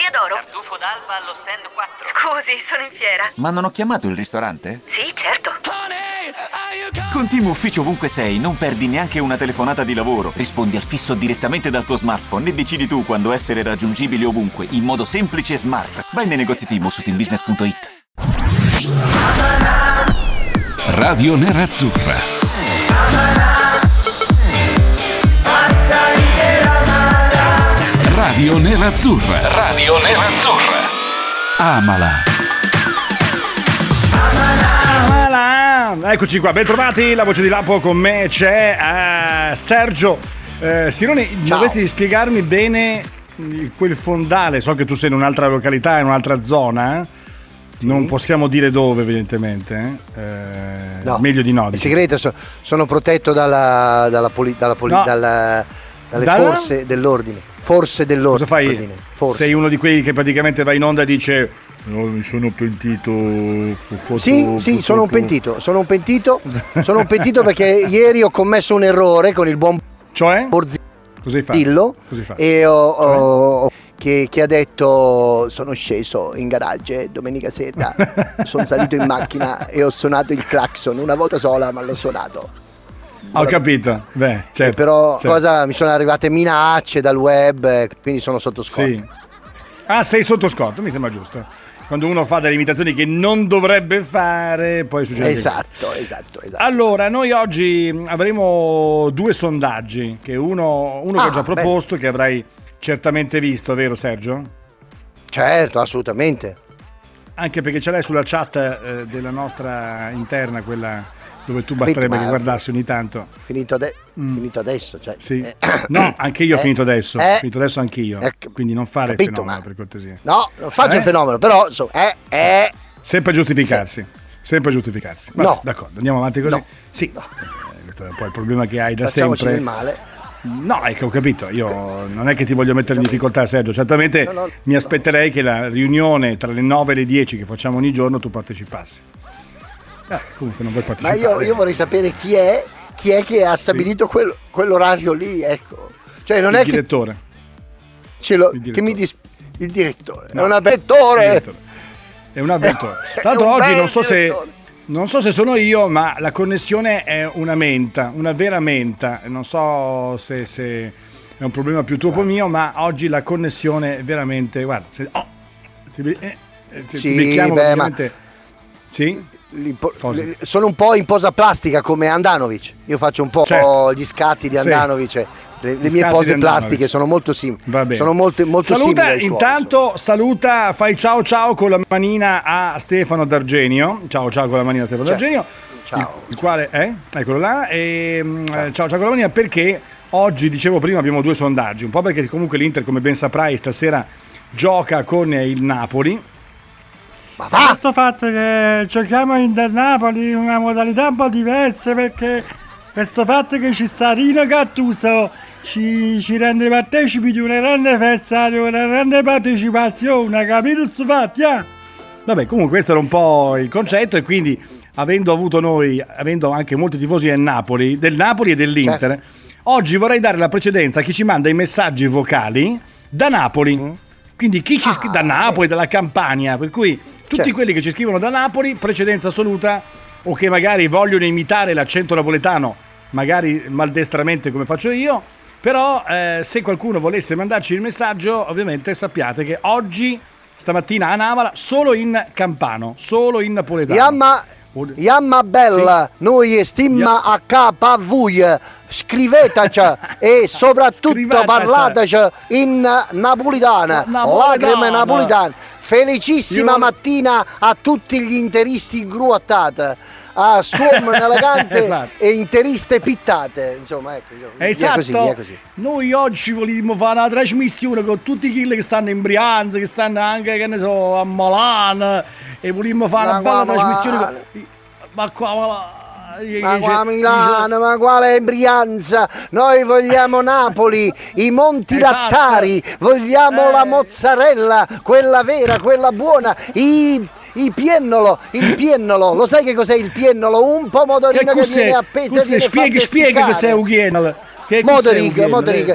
Osteria d'Oro. Tartufo d'alba allo stand 4. Scusi, sono in fiera. Ma non ho chiamato il ristorante? Sì, certo. Con Team Ufficio ovunque sei, non perdi neanche una telefonata di lavoro. Rispondi al fisso direttamente dal tuo smartphone e decidi tu quando essere raggiungibile ovunque, in modo semplice e smart. Vai nei negozi Team o su teambusiness.it. Radio Nerazzurra. Radio Nerazzurra. Radio Nerazzurra. Amala. Eccoci qua, ben trovati, la voce di Lapo, con me c'è Sergio. Sironi, dovresti spiegarmi bene quel fondale, so che tu sei in un'altra località, in un'altra zona, non possiamo dire dove evidentemente, no, meglio di no. È segreto, sono protetto dalle forze dell'ordine. Forze dell'ordine. Cosa fai? Forse. Sei uno di quelli che praticamente va in onda e dice: no, mi sono pentito. Sì, sono un pentito perché ieri ho commesso un errore con il buon Cioè? Borzillo. Cos'hai fatto? E che ha detto: sono sceso in garage domenica sera, sono salito in macchina e ho suonato il clacson una volta sola, ma l'ho suonato. Ho capito. Beh, certo, però certo. Mi sono arrivate minacce dal web, quindi sono sotto scorta. Sì. Ah, sei sotto scorta, mi sembra giusto. Quando uno fa delle imitazioni che non dovrebbe fare, poi succede. Esatto. Allora, noi oggi avremo due sondaggi, che uno che ho già proposto, che avrai certamente visto, vero Sergio? Certo, assolutamente. Anche perché ce l'hai sulla chat della nostra interna, quella dove tu basterebbe che guardassi ogni tanto. Finito adesso, cioè. Sì. No, anche io ho finito adesso. Finito adesso anch'io. Quindi non fare il fenomeno, per cortesia. No, non faccio il fenomeno, però sempre giustificarsi. Sempre giustificarsi. Vabbè, no. D'accordo, andiamo avanti così. No. Sì. Questo è un po' il problema che hai da Facciamoci sempre. del male. No, è che ho capito, io non è che ti voglio mettere in difficoltà, Sergio, certamente mi aspetterei che la riunione tra le 9 e le 10 che facciamo ogni giorno tu partecipassi. Comunque non vuoi partecipare. Ma io vorrei sapere chi è che ha stabilito quell'orario lì, ecco. Cioè non il è direttore. Il direttore. No, è un avvettore. È un avvettore. Tra l'altro oggi non so se sono io, ma la connessione è una vera menta. Non so se è un problema più tuo o mio, ma oggi la connessione è veramente, guarda, ti becchiamo veramente. Sì? Sono un po' in posa plastica come Andanovic. Io faccio un po' gli scatti di Andanovic. Le mie pose plastiche sono molto simili. Sono molto saluta, simili. Intanto saluta, fai ciao con la manina a Stefano D'Argenio. Ciao con la manina a Stefano D'Argenio. Ciao. Il quale eccolo là. Ciao con la manina, perché oggi, dicevo prima, abbiamo due sondaggi. Un po' perché comunque l'Inter, come ben saprai, stasera gioca con il Napoli. Ma questo fatto che giochiamo Inter-Napoli in una modalità un po' diversa, perché questo fatto che ci sta Rino Gattuso ci rende partecipi di una grande festa, di una grande partecipazione, capito questo fatto? Vabbè, comunque questo era un po' il concetto, e quindi avendo anche molti tifosi del Napoli e dell'Inter, oggi vorrei dare la precedenza a chi ci manda i messaggi vocali da Napoli. Quindi chi ci scrive da Napoli, dalla Campania, per cui tutti quelli che ci scrivono da Napoli, precedenza assoluta, o che magari vogliono imitare l'accento napoletano, magari maldestramente come faccio io, però se qualcuno volesse mandarci il messaggio, ovviamente sappiate che oggi, stamattina a Navala, solo in campano, solo in napoletano. Yamma bella, noi stimma a capo a voi, scriveteci e soprattutto parlateci in napolitana, lacrime napolitane. Felicissima mattina a tutti gli interisti ingruattati, a Stuom elegante e interiste pittate, insomma, ecco. Esatto. Via così. Noi oggi vogliamo fare una trasmissione con tutti quelli che stanno in Brianza, che stanno anche, che ne so, a Milano, e vogliamo fare una bella trasmissione ma qua a Milano, ma quale Brianza? Noi vogliamo Napoli, i Monti Lattari, vogliamo la mozzarella, quella vera, quella buona, il piennolo, lo sai che cos'è il piennolo? Un pomodorino che viene appeso e viene spiega cos'è un piennolo. Moderiga.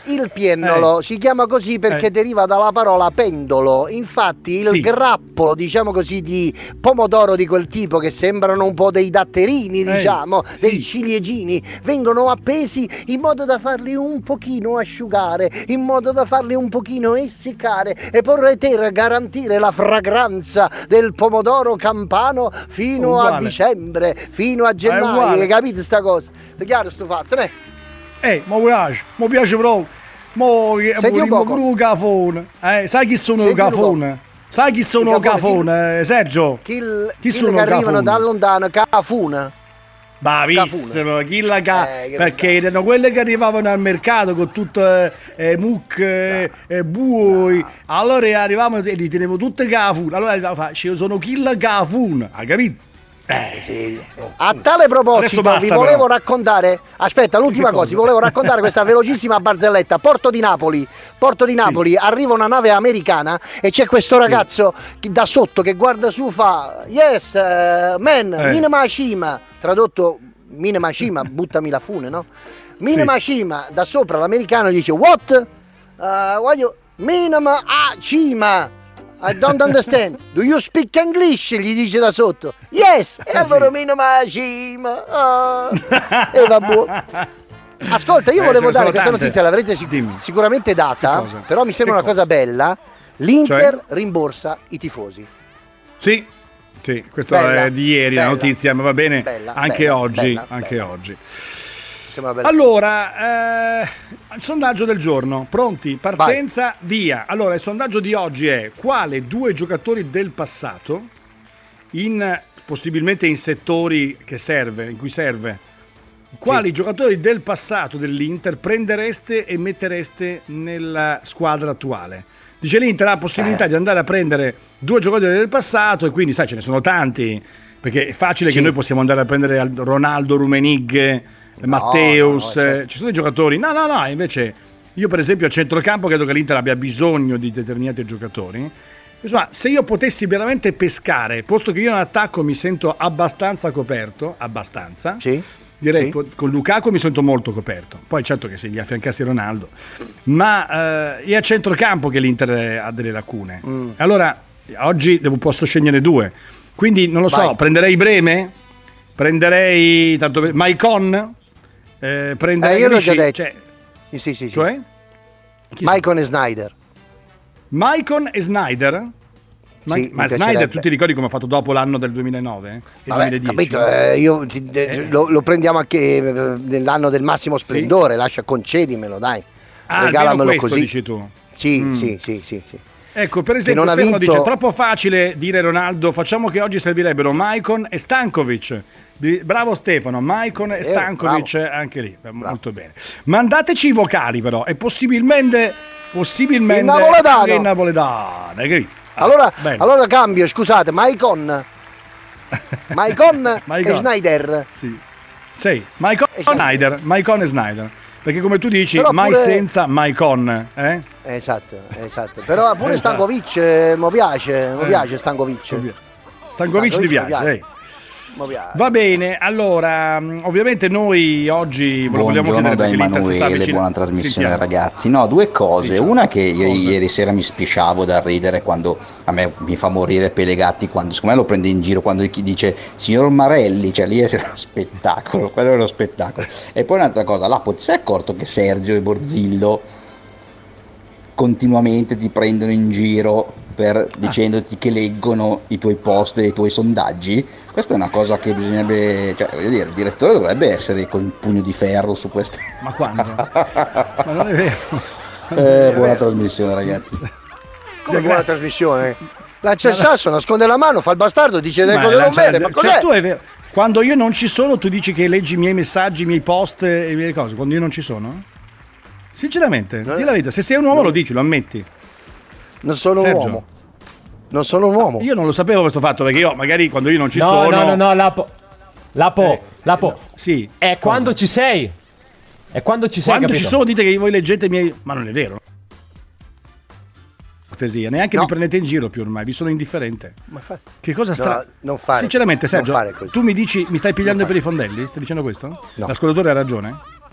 Il piennolo si chiama così perché deriva dalla parola pendolo. Infatti il grappolo, diciamo così, di pomodoro di quel tipo che sembrano un po' dei datterini, diciamo, dei ciliegini, vengono appesi in modo da farli un pochino asciugare, in modo da farli un pochino essiccare e poter garantire la fragranza del pomodoro campano fino a dicembre, fino a gennaio. Hai capito sta cosa? È chiaro sto fatto, ne? Mi piace proprio. Senti un po'. Cafone. Sai chi sono i Cafone? Sai chi sono i Cafone, Sergio? Chi sono che arrivano da lontano, Cafuna. Bravissimo, perché erano quelle che arrivavano al mercato con tutte mucche, buoi. Allora arrivavamo e li tenevo tutte Cafuna. Allora ci sono Killa Cafuna, hai capito? Sì. A tale proposito vi volevo raccontare, aspetta, l'ultima cosa, vi volevo raccontare questa velocissima barzelletta. Porto di Napoli, arriva una nave americana e c'è questo ragazzo da sotto che guarda su, fa yes man, minima cima, tradotto minima cima, buttami la fune, no? Minima cima, da sopra l'americano dice what? Minima cima. I don't understand. Do you speak English? Gli dice da sotto. Yes. E allora minima cima. E vabbè. Ascolta, io volevo dare questa notizia, l'avrete sicuramente data, però mi sembra una cosa bella. L'Inter rimborsa i tifosi. Sì, questo è di ieri la notizia, ma va bene anche oggi. Allora, il sondaggio del giorno, pronti? Partenza, via. Allora, il sondaggio di oggi è: quale 2 giocatori del passato, possibilmente in settori in cui serve, quali giocatori del passato dell'Inter prendereste e mettereste nella squadra attuale? Dice l'Inter ha la possibilità di andare a prendere 2 giocatori del passato e quindi, sai, ce ne sono tanti, perché è facile che noi possiamo andare a prendere Ronaldo, Rummenigge, Matteus, ci sono dei giocatori. No, invece io per esempio a centrocampo credo che l'Inter abbia bisogno di determinati giocatori. Insomma, se io potessi veramente pescare, posto che io in attacco mi sento abbastanza coperto, direi con Lukaku mi sento molto coperto, poi certo che se gli affiancassi Ronaldo, ma è a centrocampo che l'Inter ha delle lacune. Allora oggi posso scegliere 2, quindi non lo so, prenderei Breme, prenderei Maicon, prenderei io l'ho già detto. Sì. Cioè? Maicon e Snyder. Maicon e Snyder? Sì, ma Snyder tu ti ricordi come ha fatto dopo l'anno del 2009? Vabbè, 2010? Capito, lo prendiamo anche nell'anno del massimo splendore, concedimelo, dai. Regalamelo questo, così. Dici tu. Sì. Ecco, per esempio Stefano dice: troppo facile dire Ronaldo, facciamo che oggi servirebbero Maicon e Stankovic. Bravo Stefano, Maicon e Stankovic, anche lì, molto bene. Mandateci i vocali però, e possibilmente in napoletano. Allora cambio, scusate, Maicon e Snyder. Sì, Maicon e Snyder. Perché come tu dici, però mai senza Maicon, Esatto. Però pure Stankovic mi piace Stankovic. Stankovic ti piace, Va bene, allora ovviamente noi oggi vogliamo chiedere da Emanuele, buona trasmissione ragazzi. No, 2 cose, una che ieri sera mi spisciavo da ridere quando a me mi fa morire Pelegatti, quando secondo me lo prende in giro quando dice signor Marelli, cioè lì è uno spettacolo, quello è uno spettacolo. E poi un'altra cosa, Lapo, ti sei accorto che Sergio e Borzillo continuamente ti prendono in giro dicendoti che leggono i tuoi post e i tuoi sondaggi? Questa è una cosa che bisognerebbe, il direttore dovrebbe essere con il pugno di ferro su queste. Ma quando? Ma non è vero. Buona trasmissione ragazzi. Come buona trasmissione? Lancia il sasso, nasconde la mano, fa il bastardo, dice delle cose non vere, ma cos'è? Tu è vero. Quando io non ci sono tu dici che leggi i miei messaggi, i miei post e le mie cose, quando io non ci sono? Sinceramente, di la verità, se sei un uomo lo dici, lo ammetti. Non sono un uomo. Non sono un uomo. Io non lo sapevo questo fatto, perché io magari quando io non ci sono. No, Lapo. Sì. È quando ci sei. È quando ci sei. Quando capito? ci sono dite che voi leggete i miei. Ma non è vero. Cortesia, neanche mi prendete in giro più ormai, vi sono indifferente. Che cosa sta. Non fare. Sinceramente, Sergio, non fare così. Tu mi dici, mi stai pigliando per i fondelli? Stai dicendo questo? No. L'ascoltatore ha ragione?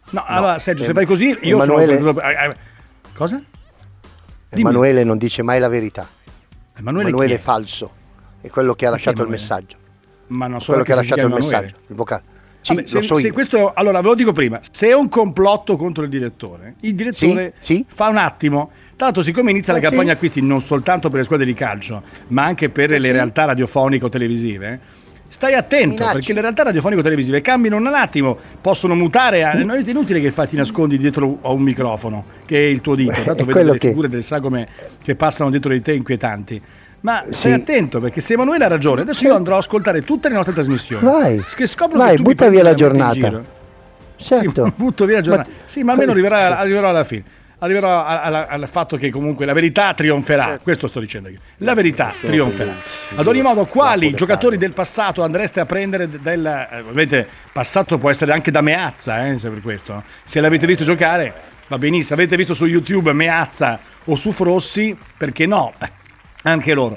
No, allora Sergio, se fai così io Emanuele... sono... Cosa? Dimmi. Emanuele non dice mai la verità. Emanuele è falso, è quello che ha lasciato il messaggio. Ma non so quello che ha lasciato il messaggio, il vocale. Sì, vabbè, lo so se io. questo, allora ve lo dico prima, se è un complotto contro il direttore Sì. fa un attimo. Tra l'altro, siccome inizia la campagna acquisti non soltanto per le squadre di calcio, ma anche per le realtà radiofoniche o televisive, stai attento, perché le realtà radiofoniche o televisive cambiano un attimo, possono mutare. Non è inutile che ti nascondi dietro a un microfono, che è il tuo dito. Tanto vedo delle figure delle sagome che passano dietro di te inquietanti. Ma stai attento, perché se Emanuele ha ragione, adesso io andrò a ascoltare tutte le nostre trasmissioni. Vai, che scopro che tu butta via la giornata. Certo. Sì, butto via la giornata. Sì, ma almeno arriverò alla fine. Arriverò al fatto che comunque la verità trionferà. Questo sto dicendo io. La verità trionferà. Ad ogni modo, quali giocatori del passato andreste a prendere ovviamente passato può essere anche da Meazza, se per questo. Se l'avete visto giocare, va benissimo. Avete visto su YouTube Meazza o su Frossi, perché no? Anche loro.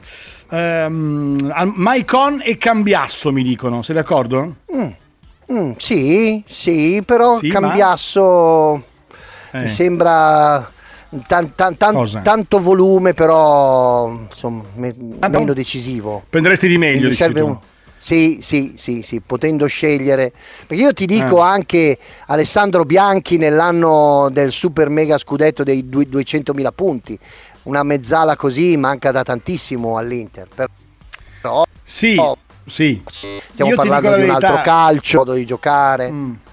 Maicon e Cambiasso mi dicono, sei d'accordo? Sì, però sì, Cambiasso mi sembra tanto volume, però insomma meno decisivo. Prenderesti di meglio, mi serve Sì, potendo scegliere, perché io ti dico anche Alessandro Bianchi nell'anno del super mega scudetto dei 200.000 punti, una mezzala così manca da tantissimo all'Inter, però stiamo parlando di un altro calcio, modo di giocare.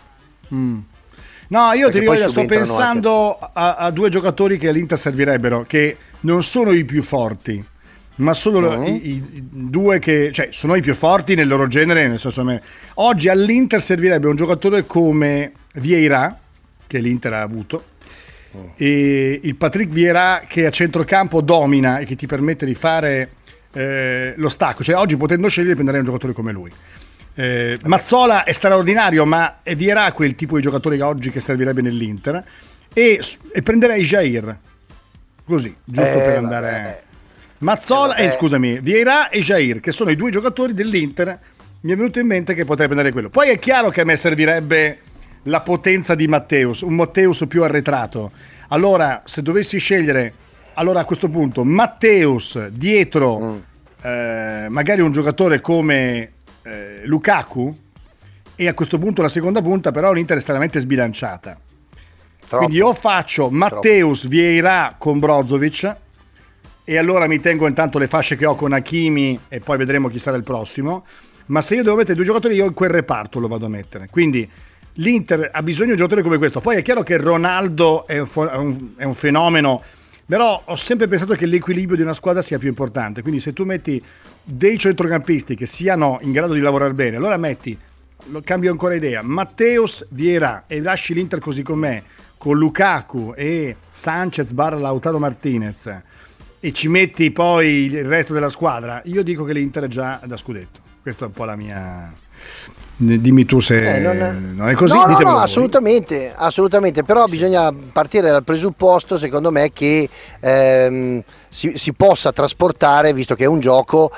No, io ti dico, sto pensando a due giocatori che all'Inter servirebbero, che non sono i più forti, ma sono i due che, cioè, sono i più forti nel loro genere, nel senso, oggi all'Inter servirebbe un giocatore come Vieira, che l'Inter ha avuto, e il Patrick Vieira, che a centrocampo domina e che ti permette di fare lo stacco. Cioè, oggi potendo scegliere prenderei un giocatore come lui. Mazzola è straordinario, ma è Vieira quel tipo di giocatore che oggi che servirebbe nell'Inter, e prenderei Jair, così, giusto per andare... Mazzola, scusami, Vieira e Jair, che sono i due giocatori dell'Inter, mi è venuto in mente che potrei prendere quello. Poi è chiaro che a me servirebbe la potenza di Matteus, un Matteus più arretrato. Allora, se dovessi scegliere, allora a questo punto Matteus dietro magari un giocatore come Lukaku, e a questo punto la seconda punta però l'Inter è estremamente sbilanciata. Quindi io faccio Matteus, Vieira con Brozovic, e allora mi tengo intanto le fasce che ho con Hakimi e poi vedremo chi sarà il prossimo. Ma se io devo mettere due giocatori, io in quel reparto lo vado a mettere. Quindi l'Inter ha bisogno di un giocatore come questo. Poi è chiaro che Ronaldo è un fenomeno, però ho sempre pensato che l'equilibrio di una squadra sia più importante. Quindi se tu metti dei centrocampisti che siano in grado di lavorare bene, allora cambio ancora idea, Matteus, Vieira, e lasci l'Inter così com'è, con Lukaku e Sanchez / Lautaro Martinez, e ci metti poi il resto della squadra, io dico che l'Inter è già da scudetto. Questa è un po' la mia... Dimmi tu se non è così. No, assolutamente, però bisogna partire dal presupposto, secondo me, che si possa trasportare, visto che è un gioco,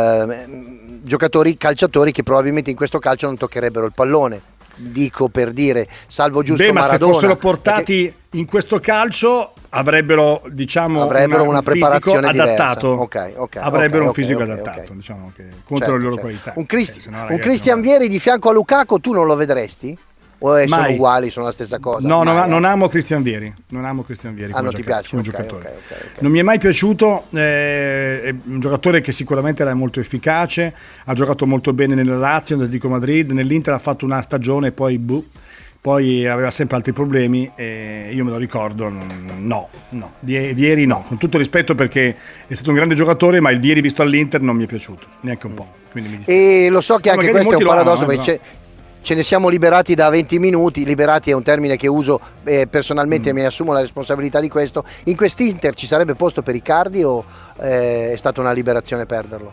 calciatori che probabilmente in questo calcio non toccherebbero il pallone. Dico per dire, salvo giusto Maradona. Ma se fossero portati in questo calcio avrebbero una preparazione adattato. Avrebbero un fisico adattato, diciamo, che contro le loro qualità. Un Christian Vieri di fianco a Lukaku tu non lo vedresti? O sono uguali, sono la stessa cosa? No, non amo Christian Vieri. Non ti piace come giocatore. Okay. Non mi è mai piaciuto. È un giocatore che sicuramente era molto efficace, ha giocato molto bene nella Lazio, nell'Atletico Madrid, nell'Inter ha fatto una stagione e poi aveva sempre altri problemi, e io me lo ricordo. Vieri no, con tutto rispetto, perché è stato un grande giocatore, ma il Vieri visto all'Inter non mi è piaciuto neanche un po'. Quindi mi dispiace. E lo so che anche questo è un paradosso, perché ce ne siamo liberati da 20 minuti. Liberati è un termine che uso personalmente, mi assumo la responsabilità di questo. In quest'Inter ci sarebbe posto per Icardi, o è stata una liberazione perderlo?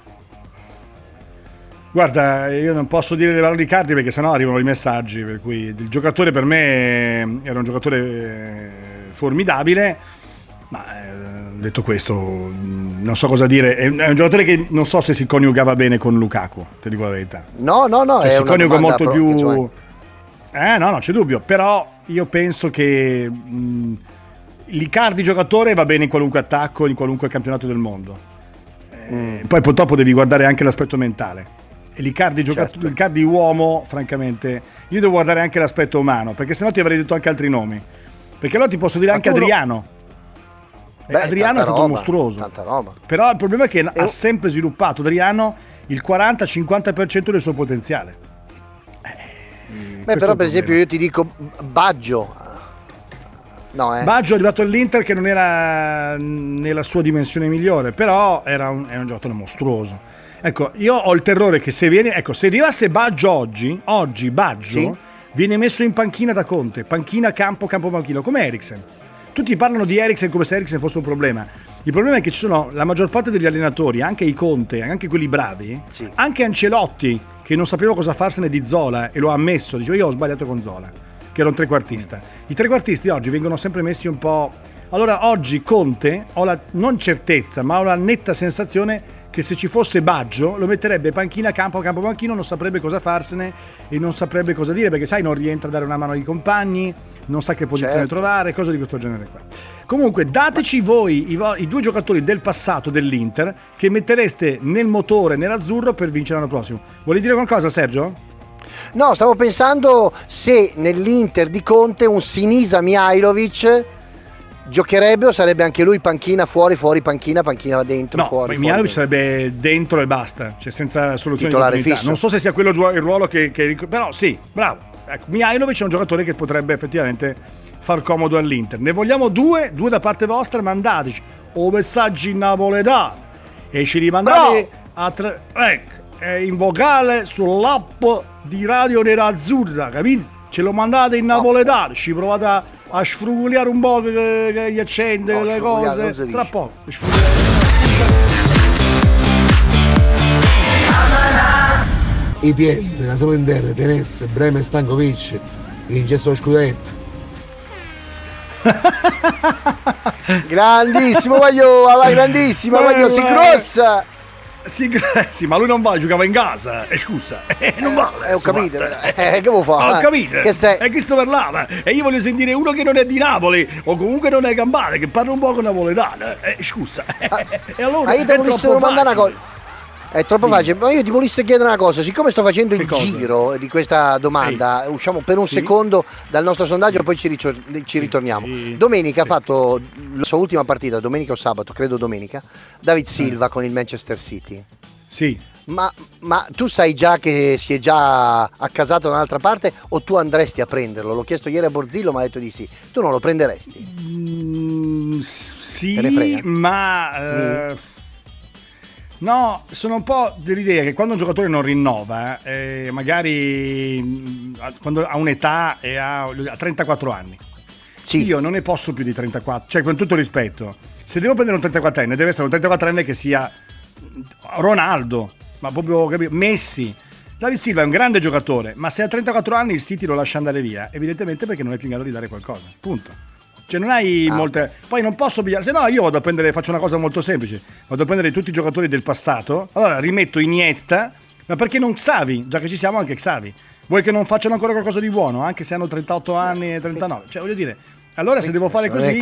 Guarda, io non posso dire le parole di Icardi, perché sennò arrivano i messaggi, per cui il giocatore per me era un giocatore formidabile, ma detto questo non so cosa dire. È un giocatore che non so se si coniugava bene con Lukaku, ti dico la verità. No, cioè, si coniuga molto più... No, c'è dubbio, però io penso che l'Icardi giocatore va bene in qualunque attacco, in qualunque campionato del mondo. Poi purtroppo devi guardare anche l'aspetto mentale. E l'Icardi l'Icardi uomo, francamente, io devo guardare anche l'aspetto umano, perché sennò ti avrei detto anche altri nomi. Perché allora ti posso dire anche Adriano. Adriano è stato mostruoso. Tanta roba. Però il problema è che ha sempre sviluppato Adriano il 40-50% del suo potenziale. Però per esempio io ti dico Baggio. Baggio è arrivato all'Inter che non era nella sua dimensione migliore, però è un giocatore mostruoso. Ecco, io ho il terrore che se arrivasse Baggio oggi Baggio viene messo in panchina da Conte, panchina campo panchina, come Eriksen. Tutti parlano di Eriksen come se Eriksen fosse un problema. Il problema è che ci sono la maggior parte degli allenatori, anche i Conte, anche quelli bravi, anche Ancelotti, che non sapeva cosa farsene di Zola e lo ha ammesso, diceva io ho sbagliato con Zola, che era un trequartista. I trequartisti oggi vengono sempre messi un po'... Allora oggi Conte, ho la non certezza, ma ho la netta sensazione che se ci fosse Baggio lo metterebbe panchina, campo panchino, non saprebbe cosa farsene e non saprebbe cosa dire, perché sai, non rientra a dare una mano ai compagni, non sa che posizione trovare, cose di questo genere qua. Comunque dateci voi i due giocatori del passato dell'Inter che mettereste nel motore nell'azzurro per vincere l'anno prossimo. Vuoi dire qualcosa, Sergio? No, stavo pensando se nell'Inter di Conte un Sinisa Mihajlovic giocherebbe o sarebbe anche lui panchina fuori panchina dentro, no, fuori. Mihajlovic sarebbe dentro e basta, cioè senza soluzione titolare di continuità. fisso. Non so se sia quello il ruolo che però sì, bravo. Ecco, Mihajlovic è un giocatore che potrebbe effettivamente far comodo all'Inter. Ne vogliamo due da parte vostra, mandateci o messaggi napoletani e ci rimandate in vocale sull'app di Radio Nerazzurra, capito? Ce lo mandate in napoletano, ci provate a sfrugugliare un po' gli accenti, le cose, tra poco. I piedi, se la sapete intera, tenesse, Bremer Stankovic, vince lo scudetto. Grandissimo Maglio, alla grandissima Maglio, si grossa! Sì, ma lui non va, giocava in casa, scusa, non vale. Ho capito, che vuoi fare? Ho capito, è che sto parlando, e io voglio sentire uno che non è di Napoli, o comunque non è campano, che parla un po' con napoletano, scusa. E allora io ti volessi domandare una cosa. È troppo facile, ma io ti volessi chiedere una cosa, siccome sto facendo il giro di questa domanda, usciamo per un secondo dal nostro sondaggio e poi ci ritorniamo. Domenica ha fatto la sua ultima partita, domenica o sabato, credo domenica, David Silva con il Manchester City. Sì. Ma tu sai già che si è già accasato da un'altra parte o tu andresti a prenderlo? L'ho chiesto ieri a Borzillo, ma ha detto di sì. Tu non lo prenderesti? Sì, ma... No, sono un po' dell'idea che quando un giocatore non rinnova, magari quando ha un'età e ha 34 anni, io non ne posso più di 34, cioè con tutto rispetto, se devo prendere un 34enne deve essere un 34enne che sia Ronaldo, ma proprio Messi. David Silva è un grande giocatore, ma se ha 34 anni il City lo lascia andare via, evidentemente perché non è più in grado di dare qualcosa, punto. Cioè non hai molte... Poi non posso pigliare... Se no io vado a prendere... Faccio una cosa molto semplice. Vado a prendere tutti i giocatori del passato. Allora rimetto Iniesta. Ma perché non Xavi? Già che ci siamo anche Xavi. Vuoi che non facciano ancora qualcosa di buono? Anche se hanno 38 anni e 39. Cioè voglio dire... Allora se devo fare così...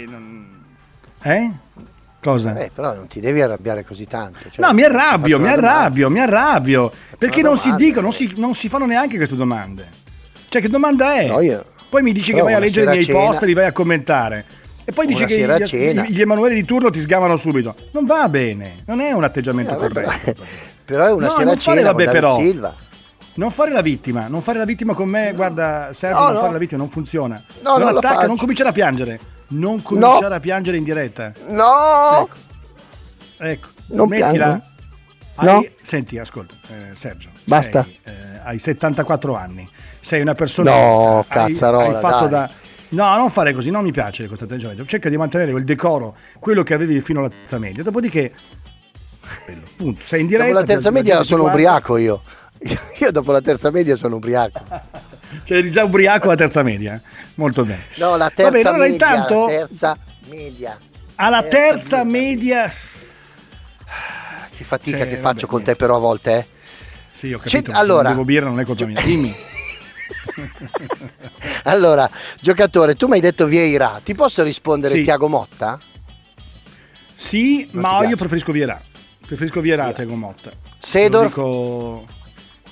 Cosa? Però non ti devi arrabbiare così tanto. Cioè, no, mi arrabbio. Perché non si dicono, non si fanno neanche queste domande. Cioè che domanda è? No, io... Poi mi dici che vai a leggere i miei post e li vai a commentare. E poi dici che gli Emanuele di turno ti sgamano subito. Non va bene, non è un atteggiamento corretto. Però è una sera a cena con David Silva. Non fare la vittima con me, guarda Sergio, fare la vittima non funziona. Non attacca, non cominciare a piangere. Non cominciare a piangere in diretta. No! Ecco, non mettila. Senti, ascolta, Sergio. Basta. Hai 74 anni. Sei una persona... No, cazzarola, No, non fare così, non mi piace questo atteggiamento. Cerca di mantenere quel decoro, quello che avevi fino alla terza media. Dopodiché, punto. Sei in diretta. Dopo la terza media sono ubriaco io. Io dopo la terza media sono ubriaco. Cioè eri già ubriaco alla terza media. Molto bene. No, la terza media. Allora, intanto, la terza media. Alla terza media. Che fatica che faccio con te però a volte, Sì, ho capito. Allora, devo birra, non è colpa mia. Dimmi. Allora, giocatore, tu mi hai detto Vieira, ti posso rispondere Thiago Motta? Sì, Non ma ti io piace? preferisco Vieira. Preferisco Vieira a Thiago Motta. Seedorf? Lo dico-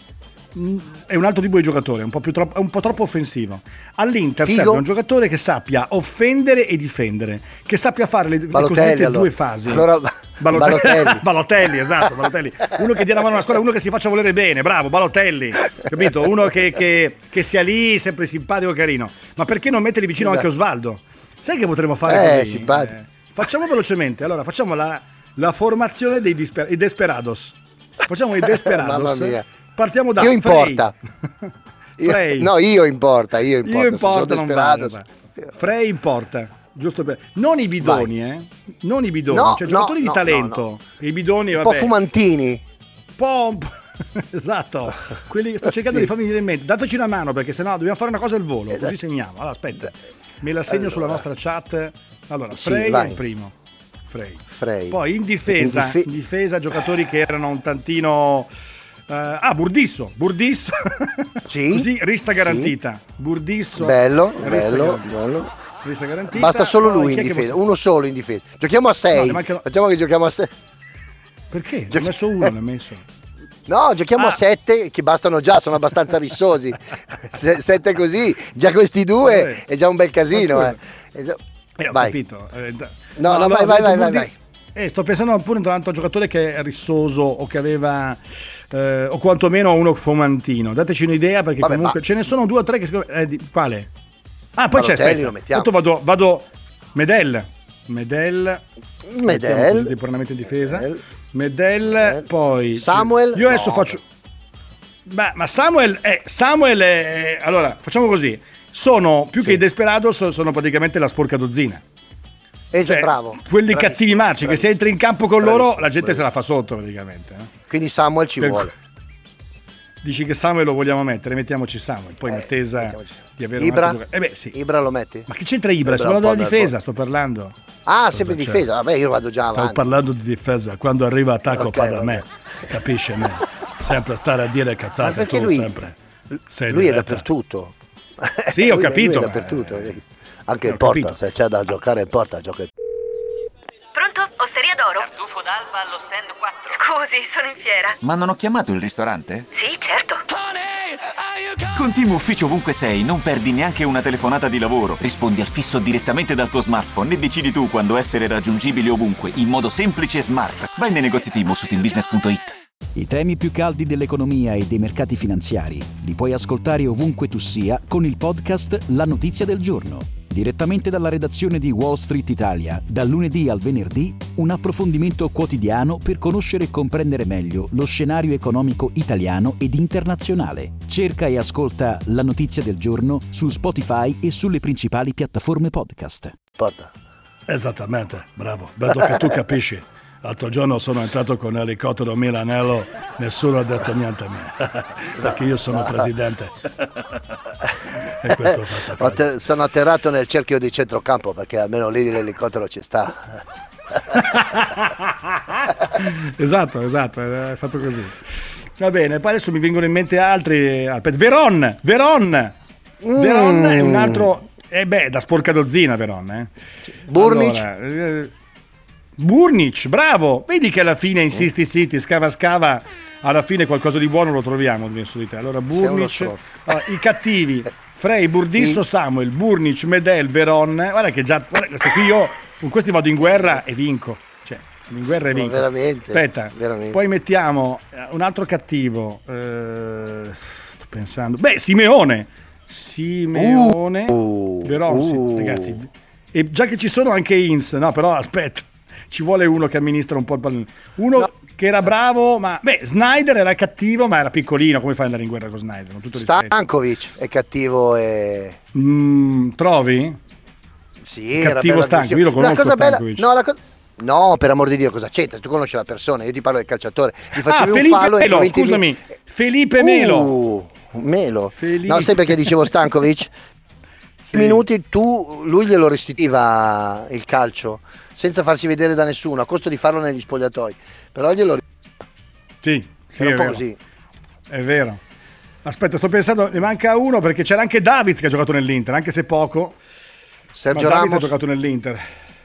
È un altro tipo di giocatore, è un po' troppo offensivo. All'Inter Figo? serve un giocatore che sappia offendere e difendere, che sappia fare le cosiddette allora. due fasi. Allora, Balotelli. Balotelli, esatto, Balotelli. Uno che dia la mano alla squadra, uno che si faccia volere bene, bravo, Balotelli. Capito? Uno che sia lì, sempre simpatico, carino. Ma perché non metterli vicino anche Osvaldo? Sai che potremmo fare così? simpatico. Facciamo velocemente. Allora, facciamo la formazione dei i Desperados. Facciamo i Desperados. Mamma mia. Partiamo da Io in Frey. porta. Frey. No, io in porta. Io in porta non vale. Frey in porta. Giusto per... Non i bidoni, Non i bidoni, No, cioè giocatori di no, talento. no. I bidoni, Un vabbè. po' fumantini. Un po'. Esatto. Quelli sto cercando di farmi venire in mente. Dateci una mano perché sennò dobbiamo fare una cosa al volo, così segniamo. Allora, aspetta. Me la segno sulla nostra chat. Allora, Frey è il primo. Frey. Poi in difesa giocatori che erano un tantino Burdisso. Sì. Così rissa garantita. Sì. Burdisso. Bello. Rissa garantita. Basta solo Poi lui chi in è che difesa, uno solo in difesa. Giochiamo a 6. Facciamo che giochiamo a 6. Perché? Ne ho messo uno, ne ho messo. No, giochiamo a 7 che bastano già, sono abbastanza rissosi. 7 così, già questi due è già un bel casino. Ho Vai. capito. No, vai. Sto pensando pure intanto a un giocatore che è rissoso o che aveva o quantomeno uno fumantino. Dateci un'idea perché comunque ce ne sono 2 o 3 che quale? Ah, poi c'è, aspetta. Tanto vado Medel, temporaneamente in difesa. Medel, poi Samuel. Io adesso faccio ma Samuel è allora, facciamo così. Sono più che i Desperados, sono praticamente la sporca dozzina. Cioè, bravo. Quelli cattivi marci che se entri in campo con loro la gente se la fa sotto praticamente. Quindi Samuel ci vuole. Dici che Samuel lo vogliamo mettere, mettiamoci Samuel, poi in attesa di avere Ibra? un altro sì. Ibra lo metti? Ma che c'entra Ibra? Sto parlando della difesa, sto parlando. Ah, sempre difesa, vabbè io vado già avanti. Sto parlando di difesa, quando arriva attacco parla a me, capisce me? Sempre stare a dire cazzate perché tu, lui, sempre. Lui è dappertutto. Sì, ho capito. Lui è dappertutto. Anche in porta, se c'è da giocare in porta, gioca. Pronto? Osteria d'oro? Tartufo d'alba allo stand 4. Scusi, sono in fiera. Ma non ho chiamato il ristorante? Sì, certo. Con Team Ufficio ovunque sei, non perdi neanche una telefonata di lavoro. Rispondi al fisso direttamente dal tuo smartphone e decidi tu quando essere raggiungibile ovunque, in modo semplice e smart. Vai nei negozi Team o su teambusiness.it. I temi più caldi dell'economia e dei mercati finanziari li puoi ascoltare ovunque tu sia con il podcast La Notizia del Giorno. Direttamente dalla redazione di Wall Street Italia, dal lunedì al venerdì, un approfondimento quotidiano per conoscere e comprendere meglio lo scenario economico italiano ed internazionale. Cerca e ascolta La Notizia del Giorno su Spotify e sulle principali piattaforme podcast. Porta. Esattamente, bravo. Vedo che tu capisci. L'altro giorno sono entrato con l'elicottero Milanello, nessuno ha detto niente a me, perché io sono presidente. E questo sono atterrato nel cerchio di centrocampo, perché almeno lì l'elicottero ci sta. Esatto, hai fatto così. Va bene, poi adesso mi vengono in mente altri. Veron è un altro, da sporca dozzina Veron. Burnic. Allora, Burnic, bravo, vedi che alla fine insisti, scava, alla fine qualcosa di buono lo troviamo su di te. Allora Burnic, i cattivi, Frey, Burdisso, Samuel, Burnic, Medel, Veron, guarda che già, questi qui io con questi vado in guerra e vinco, Veramente, aspetta, veramente. Poi mettiamo un altro cattivo, sto pensando, Simeone, Veron, sì, ragazzi, e già che ci sono anche Ins, no però aspetta, ci vuole uno che amministra un po' il pallone. Che era bravo, ma Snyder era cattivo, ma era piccolino. Come fai ad andare in guerra con Snyder? Tutto Stankovic è cattivo e... trovi? Sì, cattivo Stankovic, io lo conosco Stankovic. No, per amor di Dio, cosa c'entra? Tu conosci la persona, io ti parlo del calciatore. Gli facevi Felipe un fallo Melo, e scusami, Felipe Melo. No, sai perché dicevo Stankovic? Sì. Minuti lui glielo restituiva il calcio senza farsi vedere da nessuno, a costo di farlo negli spogliatoi, però glielo sì, era un po' così. È vero. Aspetta, sto pensando, ne manca uno perché c'era anche Davids che ha giocato nell'Inter, anche se poco. Sergio Davids Ramos ha giocato nell'Inter.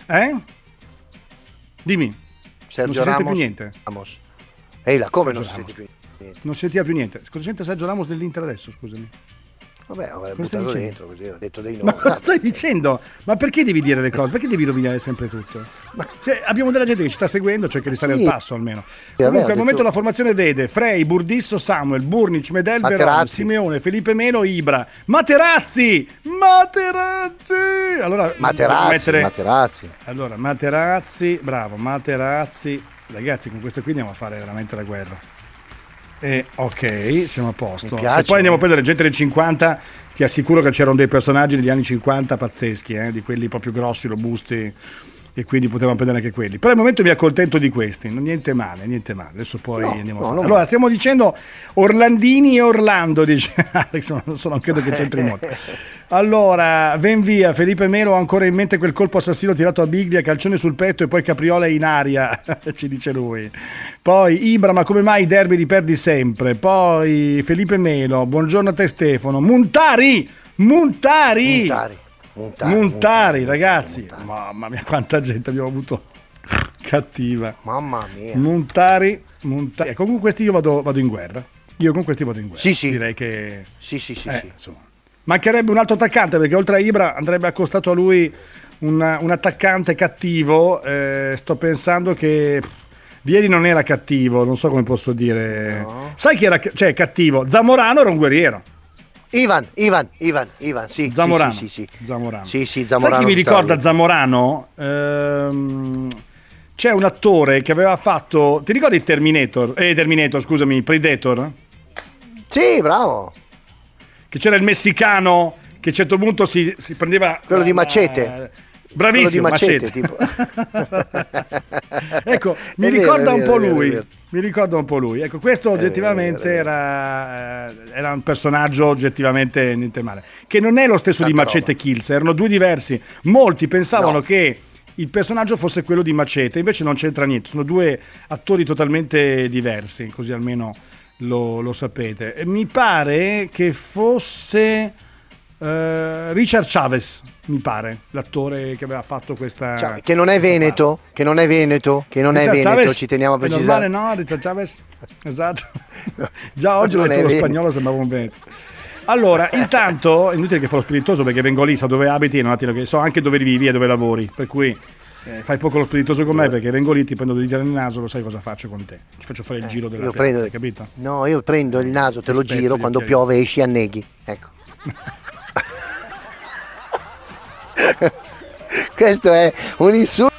Dimmi. Sergio non si sente Ramos, più niente. Ramos. Ehi là, come Sergio non si Ramos. sente più niente? Non si sentiva più niente. Cosa sente Sergio Ramos dell'Inter adesso, scusami? Vabbè, ho Cosa stai buttato dicendo? dentro così, ho detto dei nomi. Ma cosa stai dicendo? Ma perché devi dire le cose? Perché devi rovinare sempre tutto? Cioè, abbiamo della gente che ci sta seguendo, cerca di stare al passo almeno. Comunque al momento la formazione vede Frey, Burdisso, Samuel, Burnic, Medel, Veron, Simeone, Felipe Melo, Ibra, Materazzi! Allora, Materazzi. Allora, Materazzi, bravo, Materazzi. Ragazzi, con queste qui andiamo a fare veramente la guerra. Ok, siamo a posto. Se poi andiamo a prendere gente del 50, ti assicuro che c'erano dei personaggi degli anni 50 pazzeschi, di quelli proprio grossi, robusti, e quindi potevamo prendere anche quelli. Però al momento mi accontento di questi, niente male. Adesso poi andiamo a fare. Allora, stiamo dicendo Orlandini e Orlando, dice Alex, non credo che c'entri molto. Allora, ven via, Felipe Melo ha ancora in mente quel colpo assassino tirato a Biglia, calcione sul petto e poi capriola in aria, ci dice lui. Poi Ibra, ma come mai i derby li perdi sempre? Poi Felipe Melo, buongiorno a te Stefano. Muntari, ragazzi. Mamma mia, quanta gente abbiamo avuto cattiva. Mamma mia. Muntari. Ecco, con questi io vado in guerra. Sì. Direi che... Sì. Insomma. Mancherebbe un altro attaccante, perché oltre a Ibra andrebbe accostato a lui un attaccante cattivo. Sto pensando che Vieri non era cattivo, non so come posso dire. No. Sai chi era cattivo? Zamorano era un guerriero. Ivan, sì. Zamorano. Sì. Zamorano. Sì, Zamorano. Sai chi mi ricorda Zamorano? C'è un attore che aveva fatto... Ti ricordi Predator, Predator? Sì, bravo. Che c'era il messicano che a un certo punto si prendeva... Quello di Macete. Bravissimo, Macete. Tipo. Ecco, mi ricorda un po' lui. Ecco, questo oggettivamente era un personaggio oggettivamente niente male. Che non è lo stesso di Macete Kills, erano due diversi. Molti pensavano che il personaggio fosse quello di Macete, invece non c'entra niente, sono due attori totalmente diversi, così almeno lo sapete. E mi pare che fosse Richard Chavez, mi pare, l'attore che aveva fatto questa... Che non è Veneto, ci teniamo a precisare. È normale, no? Richard Chavez? Esatto. Già oggi ho letto lo spagnolo, sembrava un veneto. Allora, intanto, è inutile che fa lo spiritoso perché vengo lì, so dove abiti, so anche dove vivi e dove lavori, per cui fai poco lo spiritoso con me perché vengo lì, ti prendo il dito nel naso, lo sai cosa faccio con te. Ti faccio fare il giro della piazza, hai capito? No, io prendo il naso, te lo giro, quando piove esci anneghi, ecco. Questo è un insulto.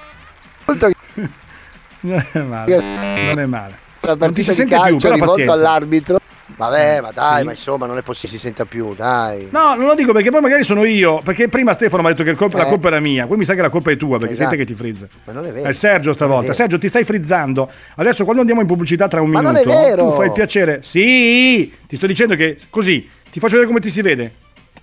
Non è male. Non ti si sente più, però rivolto all'arbitro. Vabbè, ma dai, ma insomma non è possibile si senta più, dai. No, non lo dico perché poi magari sono io, perché prima Stefano mi ha detto che la colpa era mia, poi mi sa che la colpa è tua, perché sente che ti frizza. Ma non è vero. È Sergio stavolta. Sergio, ti stai frizzando. Adesso quando andiamo in pubblicità tra un minuto, non è vero. Tu fai il piacere. Sì, ti sto dicendo che così, ti faccio vedere come ti si vede.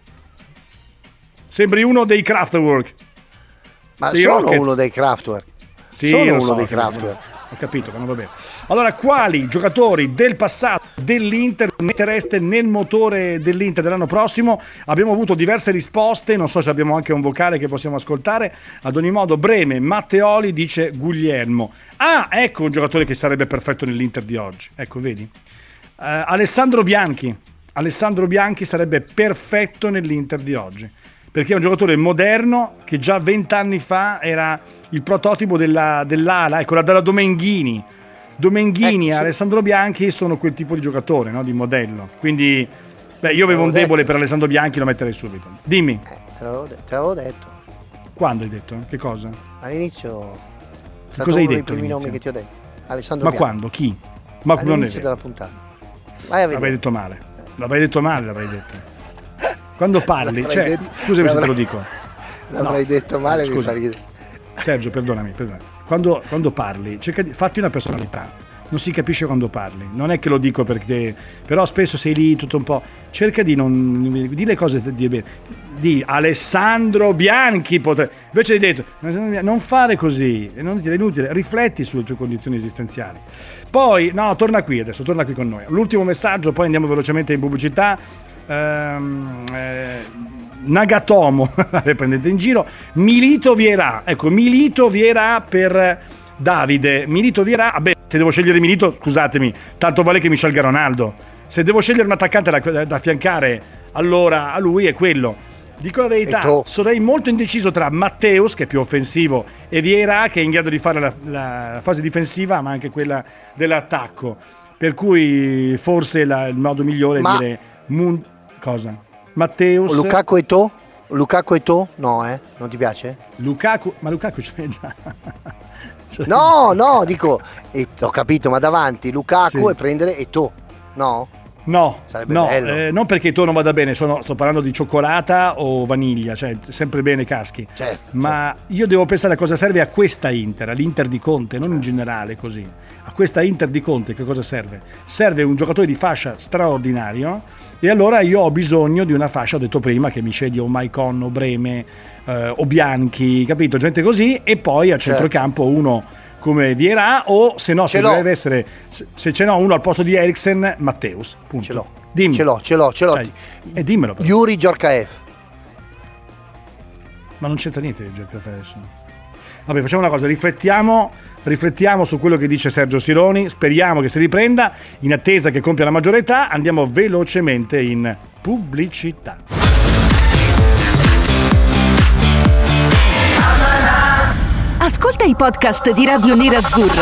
Sembri uno dei Kraftwerk. Ma sono uno dei Kraftwerk. Sì, sono uno dei Kraftwerk. Ho capito, ma non va bene. Allora, quali giocatori del passato dell'Inter mettereste nel motore dell'Inter dell'anno prossimo? Abbiamo avuto diverse risposte, non so se abbiamo anche un vocale che possiamo ascoltare. Ad ogni modo, Breme, Matteoli, dice Guglielmo. Ah, ecco un giocatore che sarebbe perfetto nell'Inter di oggi. Ecco, vedi? Alessandro Bianchi sarebbe perfetto nell'Inter di oggi. Perché è un giocatore moderno che già 20 anni fa era il prototipo dell'ala, ecco, della Domenghini e Alessandro Bianchi sono quel tipo di giocatore, no? Di modello. Quindi, io avevo un debole per Alessandro Bianchi, lo metterei subito. Dimmi. Te l'avevo detto. Quando hai detto? Che cosa? All'inizio. Cosa hai detto? I primi nomi che ti ho detto. Alessandro Ma Bianchi. Quando? Chi? Ma non è all'inizio della puntata. L'avrei detto male. L'avrei detto. Quando parli, scusami se te lo dico. L'avrei detto male. Scusa. Sergio, perdonami. Quando parli, fatti una personalità. Non si capisce quando parli. Non è che lo dico perché, però spesso sei lì tutto un po'. Cerca di non di le cose di bene. di Alessandro Bianchi invece hai detto non fare così, è inutile, rifletti sulle tue condizioni esistenziali. Poi torna qui con noi. L'ultimo messaggio, poi andiamo velocemente in pubblicità. Nagatomo prendete in giro. Milito Vierà per Davide. Milito Vierà, se devo scegliere Milito, scusatemi, tanto vale che mi scelga Ronaldo. Se devo scegliere un attaccante da affiancare, allora a lui è quello. Dico la verità, sarei molto indeciso tra Matteus, che è più offensivo, e Vieira, che è in grado di fare la fase difensiva, ma anche quella dell'attacco. Per cui forse il modo migliore è dire cosa? Matteus. Lukaku e To? No, non ti piace? Lukaku c'è già. No, dico, ho capito, ma davanti Lukaku e prendere Eto'o, no? No, bello. Non perché tu non vada bene, sto parlando di cioccolata o vaniglia, cioè sempre bene caschi. Certo, ma io devo pensare a cosa serve a questa Inter, all'Inter di Conte, non in generale così. A questa Inter di Conte che cosa serve? Serve un giocatore di fascia straordinario, e allora io ho bisogno di una fascia, ho detto prima, che mi sceglie o Maicon o Breme o Bianchi, capito? Gente così, e poi a centrocampo uno come Vieira, o se no, se deve essere, se ce n'ho uno al posto di Eriksen, Matteus, punto. Ce l'ho. Dimmi. Ce l'ho. Dimmelo però. Yuri Djorkaeff. Ma non c'entra niente di Djorkaeff adesso. Vabbè, facciamo una cosa, riflettiamo su quello che dice Sergio Sironi, speriamo che si riprenda, in attesa che compia la maggiore età. Andiamo velocemente in pubblicità. Ascolta i podcast di Radio Nerazzurra.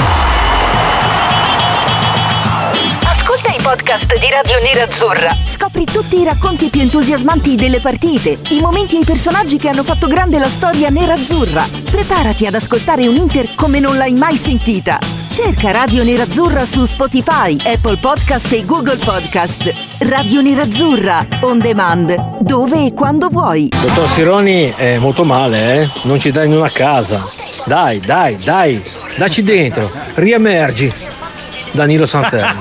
Ascolta i podcast di Radio Nerazzurra. Scopri tutti i racconti più entusiasmanti delle partite, i momenti e i personaggi che hanno fatto grande la storia nerazzurra. Preparati ad ascoltare un Inter come non l'hai mai sentita. Cerca Radio Nerazzurra su Spotify, Apple Podcast e Google Podcast. Radio Nerazzurra, on demand, dove e quando vuoi. Dottor Sironi è molto male, non ci dai in una casa. Dai, dacci dentro, riemergi. Danilo Santelli.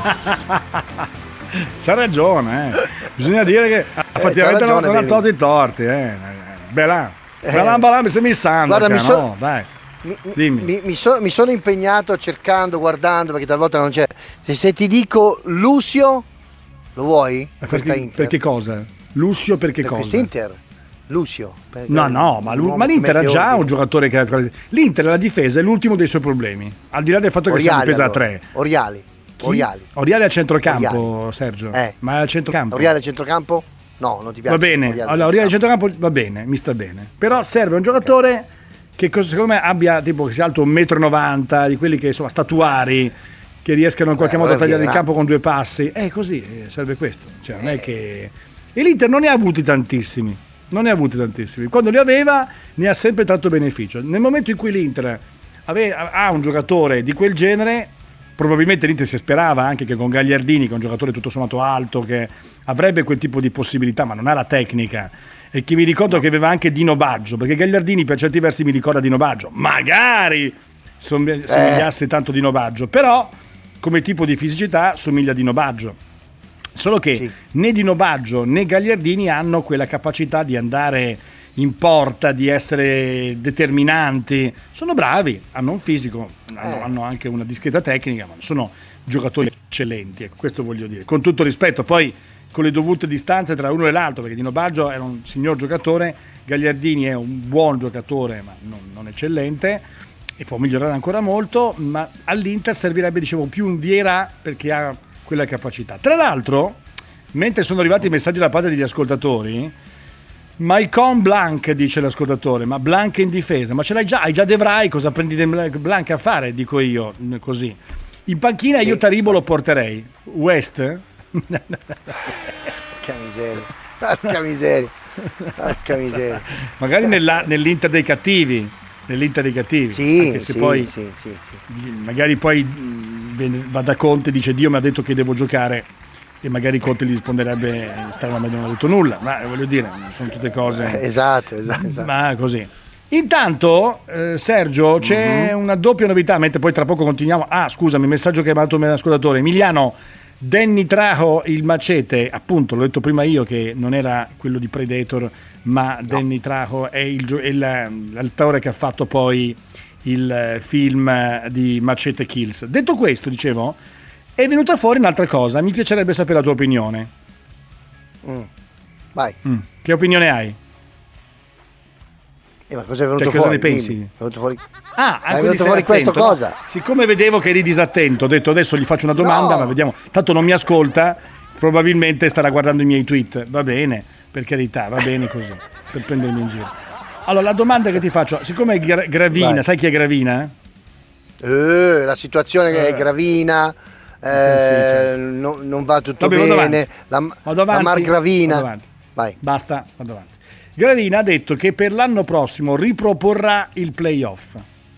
C'ha ragione, bisogna dire che effettivamente non ha tolto i torti, Bella, mi sei missando. Guarda, dai. Dimmi. Mi sono impegnato cercando, guardando, perché talvolta non c'è. Se ti dico Lucio, lo vuoi? Perché cosa? Lucio perché cosa? Quest'Inter. Lucio. No, ma l'Inter ha già un giocatore che l'Inter, la difesa è l'ultimo dei suoi problemi. Al di là del fatto che sia una difesa a 3. Oriali a centrocampo, Sergio. Ma è a centrocampo. Oriali a centrocampo? No, non ti piace. Va bene. Oriali a centrocampo va bene, mi sta bene. Però serve un giocatore che secondo me abbia tipo che sia alto 1,90 m, di quelli che insomma statuari, che riescano in qualche modo a tagliare il campo con 2 passi. Così serve questo. Cioè, non è che. E l'Inter non ne ha avuti tantissimi. Quando li aveva ne ha sempre tratto beneficio. Nel momento in cui l'Inter ha un giocatore di quel genere, probabilmente l'Inter si sperava anche che con Gagliardini, che è un giocatore tutto sommato alto, che avrebbe quel tipo di possibilità, ma non ha la tecnica, e che mi ricordo che aveva anche Dino Baggio, perché Gagliardini per certi versi mi ricorda Dino Baggio, magari somigliasse tanto a Dino Baggio, però come tipo di fisicità somiglia a Dino Baggio. Solo che né Dino Baggio né Gagliardini hanno quella capacità di andare in porta, di essere determinanti. Sono bravi, hanno un fisico, hanno anche una discreta tecnica, ma sono giocatori eccellenti, questo voglio dire. Con tutto rispetto, poi con le dovute distanze tra uno e l'altro, perché Dino Baggio era un signor giocatore, Gagliardini è un buon giocatore, ma non eccellente, e può migliorare ancora molto, ma all'Inter servirebbe, dicevo, più un Vieira, perché ha quella capacità. Tra l'altro, mentre sono arrivati i messaggi da parte degli ascoltatori, Maicon Blanc, dice l'ascoltatore, ma Blanc in difesa, ma ce l'hai già, hai già De Vrij, cosa prendi Blanc a fare, dico io, così. In panchina io Taribo lo porterei. West? Porca miseria. Magari nell'Inter dei cattivi. Poi magari poi va da Conte e dice Dio mi ha detto che devo giocare, e magari Conte gli risponderebbe stava meglio, non ha detto nulla, ma voglio dire, sono tutte cose esatto. Ma così. Intanto Sergio, c'è una doppia novità, mentre poi tra poco continuiamo. Scusami, messaggio che ha mandato un ascoltatore. Emiliano, Danny Trajo il macete, appunto l'ho detto prima io che non era quello di Predator ma Danny Trejo è l'attore che ha fatto poi il film di Machete Kills. Detto questo, dicevo, è venuta fuori un'altra cosa, mi piacerebbe sapere la tua opinione. Vai. Che opinione hai? Ma cosa è venuto fuori? Cosa ne pensi? È venuto fuori, è venuto fuori questo cosa? No? Siccome vedevo che eri disattento, ho detto adesso gli faccio una domanda, ma vediamo, tanto non mi ascolta, probabilmente starà guardando i miei tweet, va bene, per carità, va bene così, per prendermi in giro. Allora, la domanda che ti faccio, siccome è Gravina, Vai. sai chi è Gravina? La situazione che è Gravina, non va tutto bene, la Mar Gravina. Vai. Basta, vado avanti. Gravina ha detto che per l'anno prossimo riproporrà il playoff.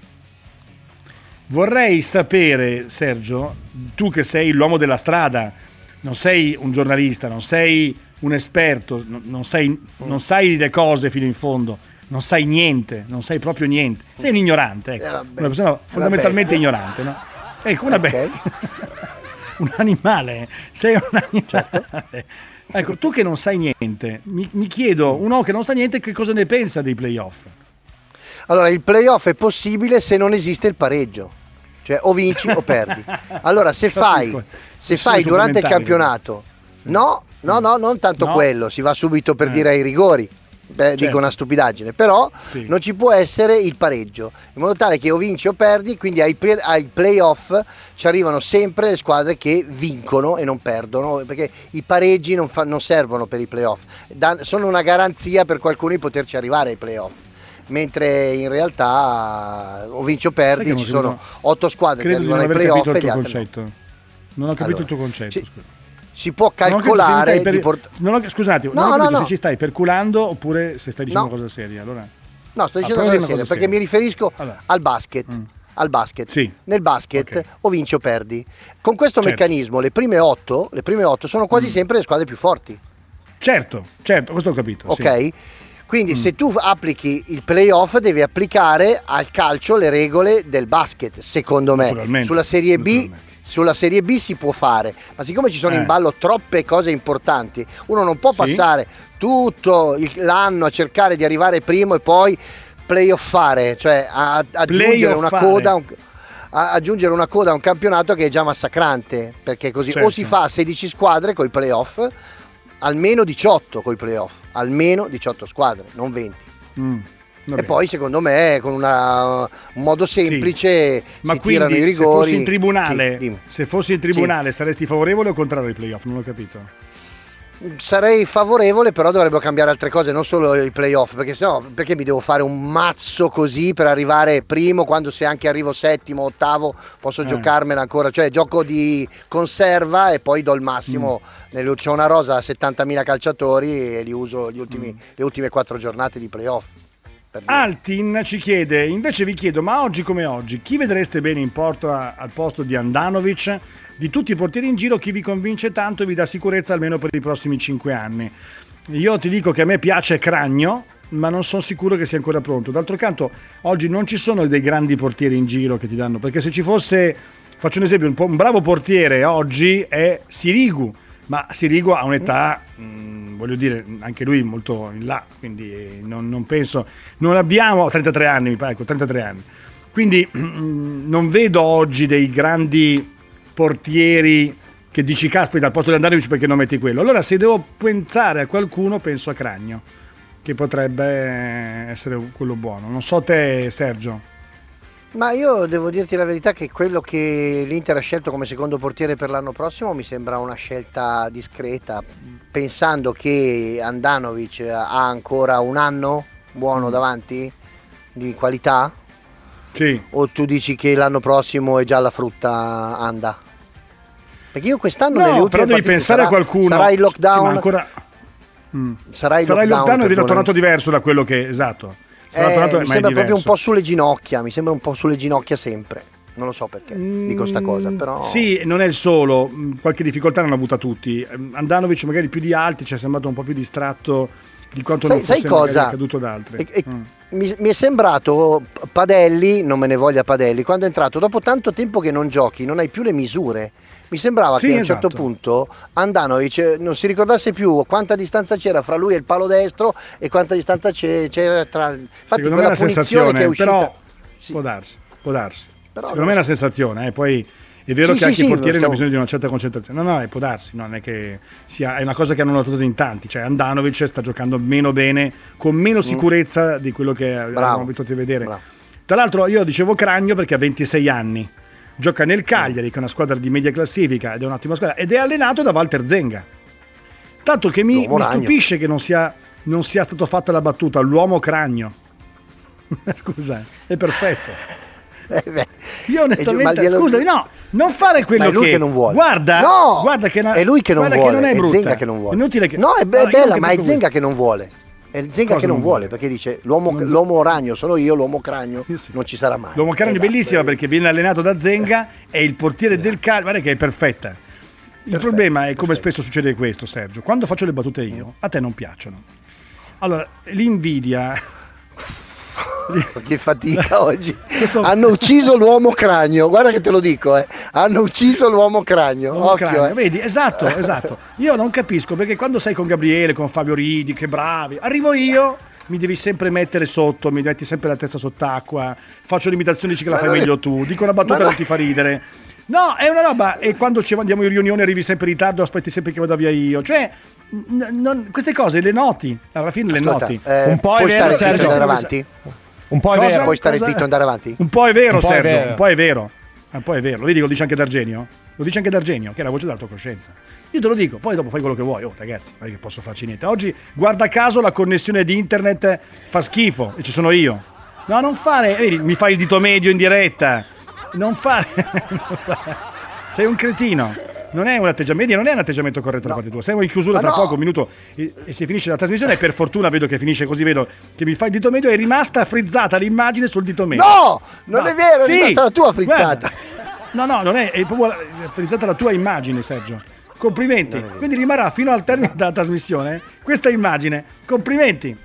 Vorrei sapere, Sergio, tu che sei l'uomo della strada, non sei un giornalista, non sei un esperto, non sai le cose fino in fondo, non sai niente, non sai proprio niente, sei un ignorante, ecco. Una persona fondamentalmente ignorante, no? Ecco, una bestia, un animale, sei un animale. Certo. Ecco, tu che non sai niente, mi chiedo, uno che non sa niente, che cosa ne pensa dei playoff? Allora, il playoff è possibile se non esiste il pareggio, cioè o vinci o perdi. Allora, se fai durante il campionato, no, non tanto quello, si va subito per dire ai rigori. Dico una stupidaggine, però non ci può essere il pareggio, in modo tale che o vinci o perdi, quindi ai playoff ci arrivano sempre le squadre che vincono e non perdono, perché i pareggi non servono per i playoff, sono una garanzia per qualcuno di poterci arrivare ai playoff, mentre in realtà o vinci o perdi, ci sono 8 squadre che arrivano ai playoff e gli altri no. Non ho capito il tuo concetto. Si può calcolare scusate, non ho capito se ci stai perculando oppure se stai dicendo una cosa seria. Allora... No, sto dicendo una cosa seria perché mi riferisco al basket. Al basket. Sì. Nel basket o vinci o perdi. Con questo meccanismo le prime 8 sono quasi sempre le squadre più forti. Certo, questo ho capito. Ok? Sì. Quindi se tu applichi il playoff devi applicare al calcio le regole del basket, secondo me. Sulla Serie B si può fare, ma siccome ci sono in ballo troppe cose importanti, uno non può passare tutto l'anno a cercare di arrivare primo e poi playoffare, cioè aggiungere una coda a un campionato che è già massacrante, perché così o si fa 16 squadre coi playoff, almeno 18 coi playoff, almeno 18 squadre, non 20. E poi secondo me con un modo semplice ma si quindi, tirano i rigori. Se fossi in tribunale saresti favorevole o contrario ai playoff? Non ho capito. Sarei favorevole, però dovrebbero cambiare altre cose, non solo i playoff, perché sennò perché mi devo fare un mazzo così per arrivare primo, quando se anche arrivo settimo, ottavo posso giocarmela ancora, cioè gioco di conserva e poi do il massimo. C'ho una rosa a 70.000 calciatori e li uso le ultime 4 giornate di playoff. Altin ci chiede, invece vi chiedo, ma oggi come oggi, chi vedreste bene in porto al posto di Handanovic? Di tutti i portieri in giro, chi vi convince tanto e vi dà sicurezza almeno per i prossimi 5 anni? Io ti dico che a me piace Cragno, ma non sono sicuro che sia ancora pronto. D'altro canto, oggi non ci sono dei grandi portieri in giro che ti danno, perché se ci fosse, faccio un esempio, un bravo portiere oggi è Sirigu, ma Sirigu ha un'età, voglio dire, anche lui molto in là, quindi non penso, non abbiamo 33 anni, mi pare, 33 anni, quindi non vedo oggi dei grandi portieri che dici caspita al posto di Handanovic perché non metti quello. Allora se devo pensare a qualcuno penso a Cragno, che potrebbe essere quello buono. Non so te, Sergio. Ma io devo dirti la verità che quello che l'Inter ha scelto come secondo portiere per l'anno prossimo mi sembra una scelta discreta, pensando che Handanovic ha ancora un anno buono davanti di qualità. Sì. O tu dici che l'anno prossimo è già la frutta Anda? Perché io quest'anno nelle ultime però devi pensare a qualcuno. Sarà il lockdown. Sì, ma ancora... Sarà il lockdown ed è tornato diverso da quello che esatto. Mi sembra proprio un po' sulle ginocchia, sempre. Non lo so perché dico sta cosa, però. Sì, non è il solo, qualche difficoltà l'hanno avuta tutti. Handanovic magari più di altri ci è sembrato un po' più distratto di quanto non fosse magari accaduto da altri. Mi è sembrato Padelli, non me ne voglia Padelli, quando è entrato, dopo tanto tempo che non giochi, non hai più le misure. Mi sembrava che a un certo punto Andanovic non si ricordasse più quanta distanza c'era fra lui e il palo destro e quanta distanza c'era tra... Infatti, secondo me è una sensazione, che è uscita... però può darsi. Però secondo me è una sensazione, poi è vero che anche i portieri hanno bisogno di una certa concentrazione. No, può darsi, non è che sia, è una cosa che hanno notato in tanti, cioè Andanovic sta giocando meno bene, con meno sicurezza di quello che eravamo abituati a vedere. Tra l'altro io dicevo Cragno perché ha 26 anni. Gioca nel Cagliari, che è una squadra di media classifica ed è un'ottima squadra, ed è allenato da Walter Zenga. Tanto che mi stupisce che non sia stato fatta la battuta l'uomo Cragno. Scusa, è perfetto. Io onestamente, scusami, no, non fare quello ma è lui che non vuole. Guarda che è lui che non vuole, che non è brutta. Zenga che non vuole. Inutile che... No, è bella, ma è Zenga che non vuole. È il Zenga che non vuole, perché dice l'uomo ragno sono io, l'uomo cragno non ci sarà mai. L'uomo cragno è bellissima perché viene allenato da Zenga, è il portiere del Cagliari, guarda che è perfetta. Il problema è, come spesso succede questo, Sergio, quando faccio le battute io, a te non piacciono. Allora, l'invidia... Che fatica oggi. Hanno ucciso l'uomo cragno, guarda che te lo dico, hanno ucciso l'uomo cragno. Occhio, vedi, esatto. Io non capisco perché quando sei con Gabriele, con Fabio Ridi, che bravi, arrivo io, mi devi sempre mettere sotto, mi metti sempre la testa sott'acqua, faccio l'imitazione, dici che la fai meglio tu, dico una battuta e non ti fa ridere. No, è una roba, e quando ci andiamo in riunione arrivi sempre in ritardo, aspetti sempre che vada via io, cioè queste cose le noti, alla fine le noti. Un po' è vero, Sergio, andare avanti? Un po' è vero. Puoi stare zitto e andare avanti? Un po' è vero, Sergio, un po' è vero. Lo vedi, lo dice anche D'Argenio? Lo dice anche D'Argenio, che è la voce della tua coscienza. Io te lo dico, poi dopo fai quello che vuoi. Oh ragazzi, non è che posso farci niente. Oggi, guarda caso, la connessione di internet fa schifo e ci sono io. No, non fare, vedi, mi fai il dito medio in diretta. Non fare. Sei un cretino. Non è un atteggiamento corretto da parte tua. Siamo in chiusura tra poco, un minuto e si finisce la trasmissione e per fortuna vedo che finisce così, vedo che mi fai il dito medio, è rimasta frizzata l'immagine sul dito medio. No, non è vero, è rimasta la tua frizzata. No, non è proprio frizzata la tua immagine, Sergio. Complimenti. Quindi rimarrà fino al termine della trasmissione questa immagine. Complimenti.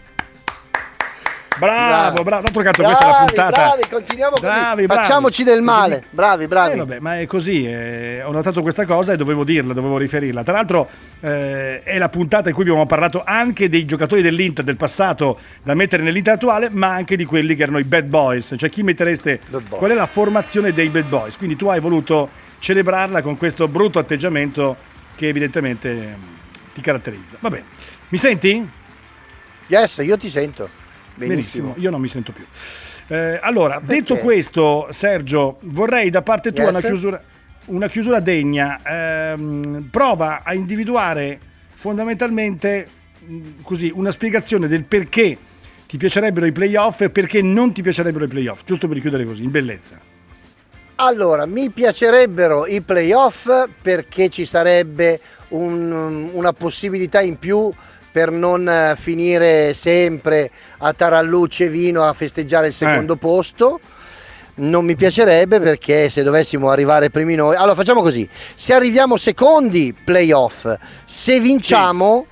Bravo. D'altro canto questa è la puntata. Bravi, continuiamo così. Facciamoci del male. Bravi. Vabbè, ma è così. Ho notato questa cosa e dovevo dirla, dovevo riferirla. Tra l'altro è la puntata in cui abbiamo parlato anche dei giocatori dell'Inter del passato da mettere nell'Inter attuale, ma anche di quelli che erano i bad boys. Cioè chi mettereste? Qual è la formazione dei bad boys? Quindi tu hai voluto celebrarla con questo brutto atteggiamento che evidentemente ti caratterizza. Va bene. Mi senti? Yes, io ti sento. Benissimo, io non mi sento più. Allora, detto questo, Sergio, vorrei da parte tua una chiusura degna. Prova a individuare fondamentalmente così una spiegazione del perché ti piacerebbero i playoff e perché non ti piacerebbero i playoff, giusto per chiudere così, in bellezza. Allora, mi piacerebbero i playoff perché ci sarebbe una possibilità in più per non finire sempre a tarallucce e vino a festeggiare il secondo posto. Non mi piacerebbe perché se dovessimo arrivare primi noi, allora facciamo così: se arriviamo secondi, playoff, se vinciamo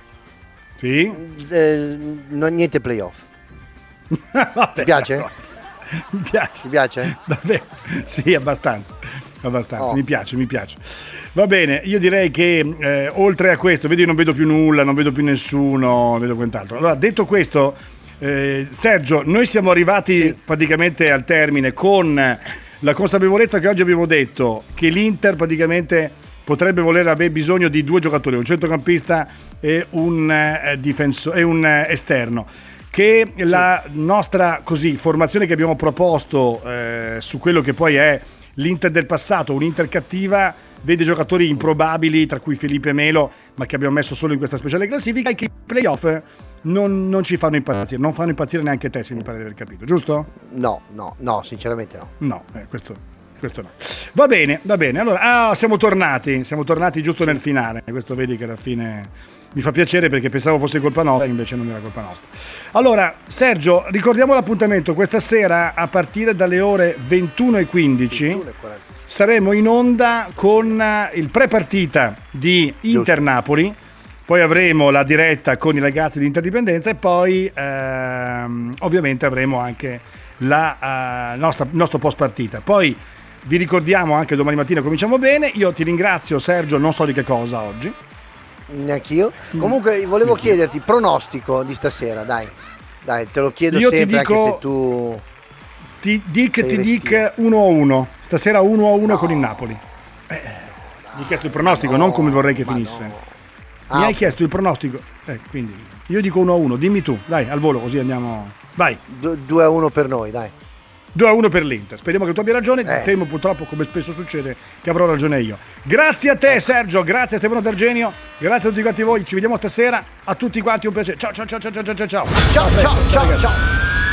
niente playoff. Vabbè, ti piace? Mi piace. Ti piace? Vabbè, sì, abbastanza. Mi piace. Va bene, io direi che oltre a questo, vedi, non vedo più nulla, non vedo più nessuno, vedo quant'altro. Allora, detto questo, Sergio, noi siamo arrivati praticamente al termine con la consapevolezza che oggi abbiamo detto che l'Inter praticamente potrebbe aver bisogno di due giocatori, un centrocampista e un difensore e un esterno. Che la nostra formazione che abbiamo proposto su quello che poi è l'Inter del passato, un'Inter cattiva, vede giocatori improbabili, tra cui Felipe Melo, ma che abbiamo messo solo in questa speciale classifica, e che i playoff non ci fanno impazzire, non fanno impazzire neanche te, se mi pare di aver capito, giusto? No, sinceramente no. No, questo no. Va bene, allora, siamo tornati giusto nel finale, questo vedi che alla fine mi fa piacere perché pensavo fosse colpa nostra, invece non era colpa nostra. Allora, Sergio, ricordiamo l'appuntamento questa sera a partire dalle ore 21:15. Saremo in onda con il pre-partita di Inter-Napoli, Poi avremo la diretta con i ragazzi di Interdipendenza e poi ovviamente avremo anche il nostro post partita. Poi vi ricordiamo anche domani mattina cominciamo bene. Io ti ringrazio Sergio, non so di che cosa oggi. Neanch'io. Comunque volevo chiederti pronostico di stasera, dai, te lo chiedo io sempre, ti dico, anche se tu ti dico 1-1. Stasera 1-1 con il Napoli. Mi hai chiesto il pronostico, non come vorrei che finisse. Mi hai chiesto il pronostico, quindi io dico 1-1, dimmi tu, dai, al volo, così andiamo. Vai. 2-1 per noi, dai. 2-1 per l'Inter. Speriamo che tu abbia ragione. Temo purtroppo, come spesso succede, che avrò ragione io. Grazie a te Sergio, grazie a Stefano D'Argenio, grazie a tutti quanti voi. Ci vediamo stasera. A tutti quanti un piacere. Ciao. Ciao.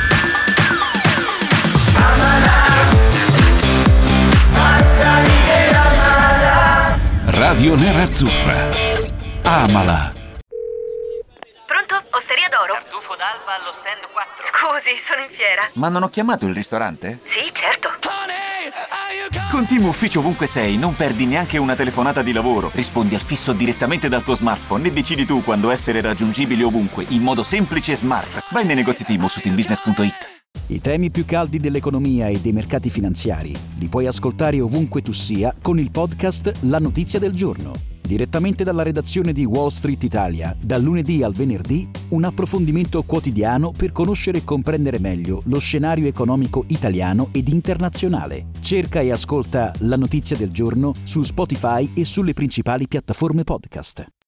Radio Nerazzurra. Amala. Pronto? Osteria d'oro? Tartufo d'alba allo stand 4. Scusi, sono in fiera. Ma non ho chiamato il ristorante? Sì, certo. Con Team Ufficio ovunque sei, non perdi neanche una telefonata di lavoro. Rispondi al fisso direttamente dal tuo smartphone e decidi tu quando essere raggiungibile ovunque, in modo semplice e smart. Vai nei negozi Team su teambusiness.it. I temi più caldi dell'economia e dei mercati finanziari li puoi ascoltare ovunque tu sia con il podcast La Notizia del Giorno. Direttamente dalla redazione di Wall Street Italia, dal lunedì al venerdì, un approfondimento quotidiano per conoscere e comprendere meglio lo scenario economico italiano ed internazionale. Cerca e ascolta La Notizia del Giorno su Spotify e sulle principali piattaforme podcast.